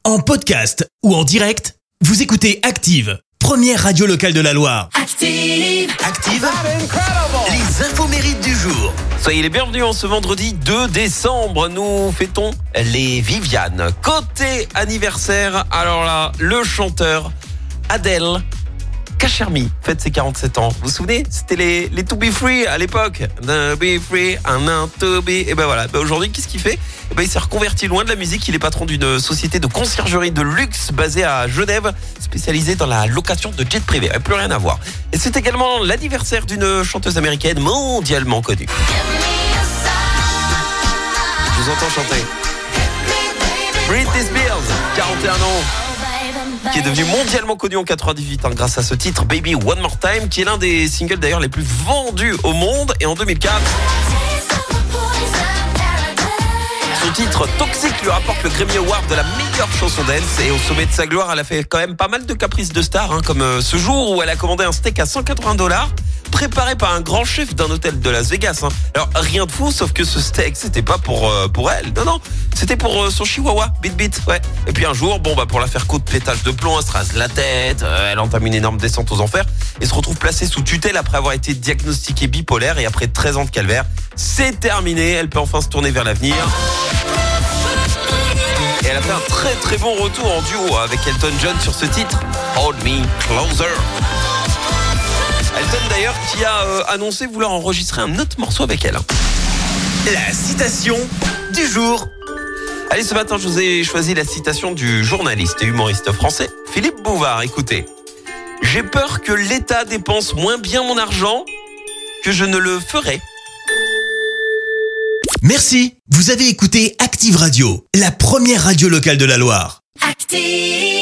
En podcast ou en direct, vous écoutez Active, première radio locale de la Loire. Active, Les infos mérites du jour. Soyez les bienvenus en ce vendredi 2 décembre. Nous fêtons les Viviane. Côté anniversaire, alors là, le chanteur Adel Kachermi fête ses 47 ans. Vous vous souvenez? C'était les To Be Free à l'époque. To Be Free, to be... Et ben voilà. Aujourd'hui, qu'est-ce qu'il fait? Il s'est reconverti loin de la musique. Il est patron d'une société de conciergerie de luxe basée à Genève, spécialisée dans la location de jets privés. Plus rien à voir. Et c'est également l'anniversaire d'une chanteuse américaine mondialement connue. Je vous entends chanter. Britney Spears, 41 ans. Qui est devenu mondialement connu en 98 grâce à ce titre Baby One More Time, qui est l'un des singles d'ailleurs les plus vendus au monde. Et en 2004, son titre Toxic lui rapporte le Grammy Award de la meilleure chanson dance. Et au sommet de sa gloire, elle a fait quand même pas mal de caprices de star, comme ce jour où elle a commandé un steak à $180 préparé par un grand chef d'un hôtel de Las Vegas. Alors rien de fou, sauf que ce steak c'était pas pour elle, non, c'était pour son chihuahua Bit, ouais. Et puis un jour, pour la faire coup de pétage de plomb, elle se rase la tête, elle entame une énorme descente aux enfers et se retrouve placée sous tutelle après avoir été diagnostiquée bipolaire. Et après 13 ans de calvaire, c'est terminé, elle peut enfin se tourner vers l'avenir. Et elle a fait un très très bon retour en duo avec Elton John sur ce titre Hold Me Closer. Elton d'ailleurs qui a annoncé vouloir enregistrer un autre morceau avec elle. La citation du jour. Allez, ce matin, je vous ai choisi la citation du journaliste et humoriste français Philippe Bouvard. Écoutez, j'ai peur que l'État dépense moins bien mon argent que je ne le ferai. Merci. Vous avez écouté Active Radio, la première radio locale de la Loire. active.